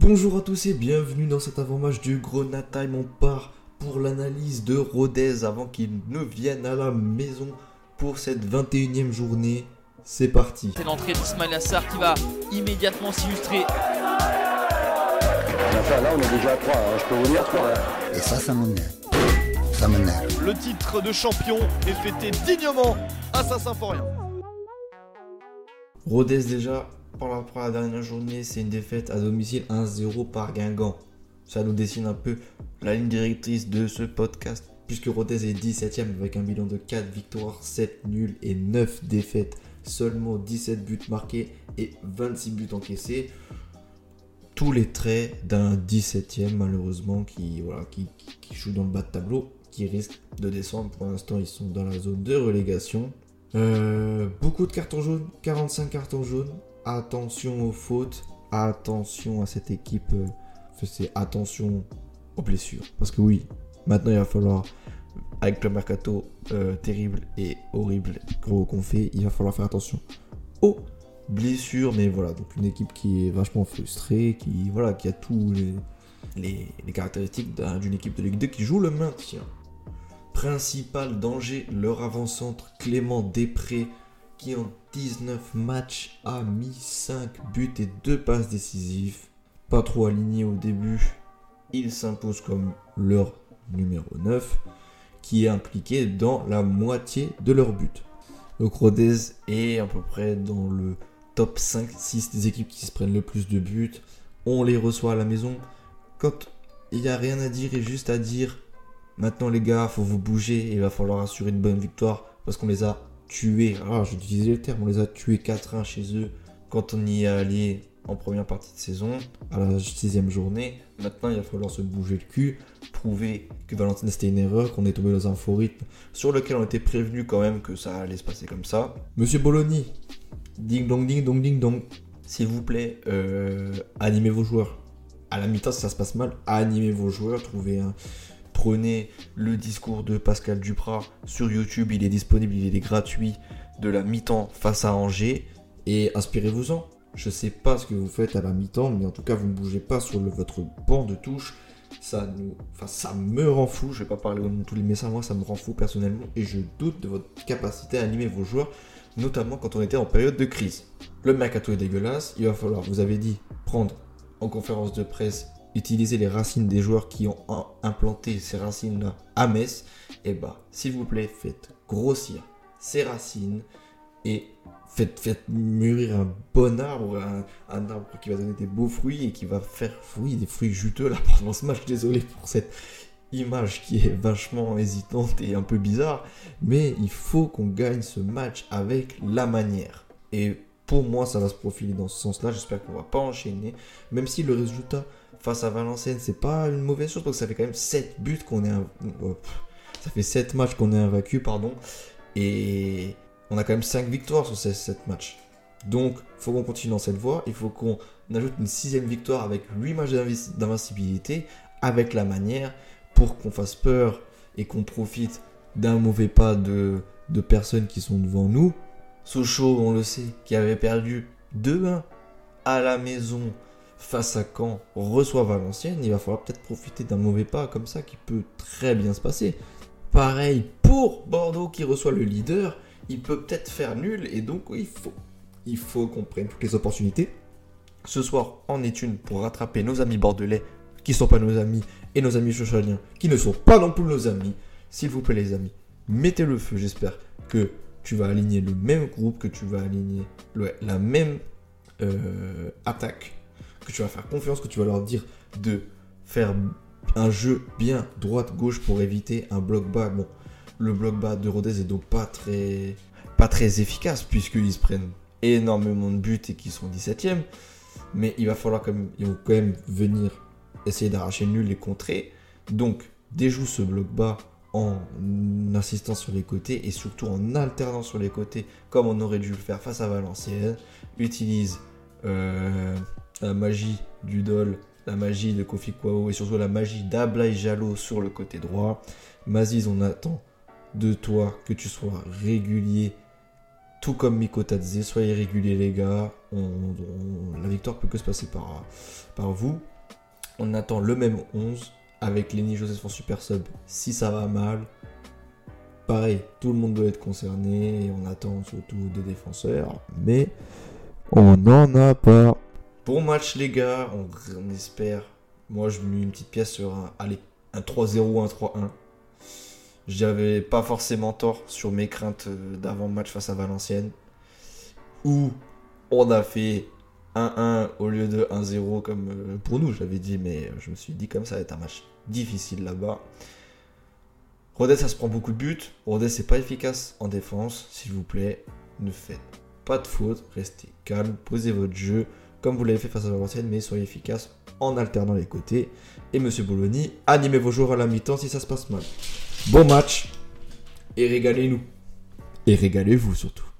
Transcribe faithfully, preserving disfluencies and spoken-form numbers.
Bonjour à tous et bienvenue dans cet avant-match du Grenade Time. On part pour l'analyse de Rodez avant qu'il ne vienne à la maison pour cette vingt et unième journée. C'est parti. C'est l'entrée d'Ismail Assar qui va immédiatement s'illustrer. Enfin, là on est déjà à trois, hein, je peux vous dire trois. Et ça, ça m'énerve. Ça m'énerve. Le titre de champion est fêté dignement à Saint-Symphorien. Rodez déjà, par rapport à la dernière journée, c'est une défaite à domicile un zéro par Guingamp. Ça nous dessine un peu la ligne directrice de ce podcast, puisque Rodez est dix-septième avec un bilan de quatre victoires, sept nuls et neuf défaites. Seulement dix-sept buts marqués et vingt-six buts encaissés. Tous les traits d'un dix-septième malheureusement qui, voilà, qui, qui, qui joue dans le bas de tableau, qui risque de descendre. Pour l'instant, ils sont dans la zone de relégation. Euh, beaucoup de cartons jaunes, quarante-cinq cartons jaunes. Attention aux fautes, attention à cette équipe. Euh, c'est attention aux blessures. Parce que oui, maintenant il va falloir, avec le mercato euh, terrible et horrible gros qu'on fait, il va falloir faire attention aux blessures. Mais voilà, donc une équipe qui est vachement frustrée, qui, voilà, qui a tous les, les, les caractéristiques d'une équipe de Ligue deux qui joue le maintien. Principal danger, leur avant-centre Clément Després qui en dix-neuf matchs a mis cinq buts et deux passes décisives. Pas trop aligné au début, il s'impose comme leur numéro neuf qui est impliqué dans la moitié de leurs buts. Donc Rodez est à peu près dans le top cinq six des équipes qui se prennent le plus de buts. On les reçoit à la maison. Quand il n'y a rien à dire et juste à dire maintenant les gars, faut vous bouger, il va falloir assurer une bonne victoire parce qu'on les a tués. Alors j'utilisais le terme, on les a tués quatre un chez eux quand on y est allé en première partie de saison, à la sixième journée. Maintenant il va falloir se bouger le cul, prouver que Valentine c'était une erreur, qu'on est tombé dans un faux rythme sur lequel on était prévenu quand même que ça allait se passer comme ça. Monsieur Bologna, ding dong ding dong ding dong, s'il vous plaît, euh, animez vos joueurs. À la mi-temps si ça se passe mal, animez vos joueurs, trouvez un... Prenez le discours de Pascal Duprat sur YouTube, il est disponible, il est gratuit, de la mi-temps face à Angers, et inspirez-vous-en. Je sais pas ce que vous faites à la mi-temps, mais en tout cas vous ne bougez pas sur le, votre banc de touche. Ça nous, enfin ça me rend fou. Je vais pas parler au nom de tous les messages, moi ça me rend fou personnellement, et je doute de votre capacité à animer vos joueurs, notamment quand on était en période de crise. Le mercato est dégueulasse, il va falloir, vous avez dit, prendre en conférence de presse, utiliser les racines des joueurs qui ont implanté ces racines-là à Metz. Et bah, s'il vous plaît, faites grossir ces racines et faites, faites mûrir un bon arbre, un, un arbre qui va donner des beaux fruits et qui va faire oui, des fruits juteux là pendant ce match. Désolé pour cette image qui est vachement hésitante et un peu bizarre, mais il faut qu'on gagne ce match avec la manière. Et pour moi, ça va se profiler dans ce sens-là. J'espère qu'on va pas enchaîner, même si le résultat face à Valenciennes, c'est pas une mauvaise chose parce que ça fait quand même sept buts qu'on est... Oh, ça fait sept matchs qu'on est invaincu, pardon. Et on a quand même cinq victoires sur ces sept matchs. Donc, il faut qu'on continue dans cette voie. Il faut qu'on ajoute une sixième victoire avec huit matchs d'invincibilité, avec la manière, pour qu'on fasse peur et qu'on profite d'un mauvais pas de, de personnes qui sont devant nous. Sochaux, on le sait, qui avait perdu deux un à la maison face à Caen, reçoit Valenciennes. Il va falloir peut-être profiter d'un mauvais pas comme ça qui peut très bien se passer. Pareil pour Bordeaux qui reçoit le leader, il peut peut-être faire nul et donc il faut, il faut qu'on prenne toutes les opportunités. Ce soir en est une pour rattraper nos amis bordelais qui ne sont pas nos amis et nos amis chochaliens qui ne sont pas non plus nos amis. S'il vous plaît les amis, mettez le feu. J'espère que tu vas aligner le même groupe, que tu vas aligner ouais, la même euh, attaque, que tu vas faire confiance, que tu vas leur dire de faire un jeu bien droite-gauche pour éviter un bloc bas. Bon, le bloc bas de Rodez est donc pas très, pas très efficace puisqu'ils se prennent énormément de buts et qu'ils sont dix-septième. Mais il va falloir quand même, ils vont quand même venir essayer d'arracher le nul, les contrer. Donc, déjoue ce bloc bas en insistant sur les côtés et surtout en alternant sur les côtés comme on aurait dû le faire face à Valenciennes. Utilise euh, la magie du Dol, la magie de Kofi Kwao et surtout la magie d'Ablaye Jallo sur le côté droit. Maziz, on attend de toi que tu sois régulier, tout comme Miko Tadze. Soyez réguliers les gars, on, on, la victoire peut que se passer par, par vous. On attend le même onze avec Lenny Joseph en super sub si ça va mal. Pareil, tout le monde doit être concerné et on attend surtout des défenseurs, mais on n'en a pas. Bon match les gars, on, on espère. Moi je mets une petite pièce sur un, allez, un trois zéro, un trois un. J'avais pas forcément tort sur mes craintes d'avant-match face à Valenciennes, où on a fait un un au lieu de un zéro comme pour nous, j'avais dit, mais je me suis dit comme ça va être un match difficile là-bas. Rodez, ça se prend beaucoup de buts. Rodez, c'est pas efficace en défense. S'il vous plaît, ne faites pas de faute. Restez calme. Posez votre jeu comme vous l'avez fait face à Valenciennes, mais soyez efficace en alternant les côtés. Et Monsieur Bologna, animez vos joueurs à la mi-temps si ça se passe mal. Bon match et régalez-nous. Et régalez-vous surtout.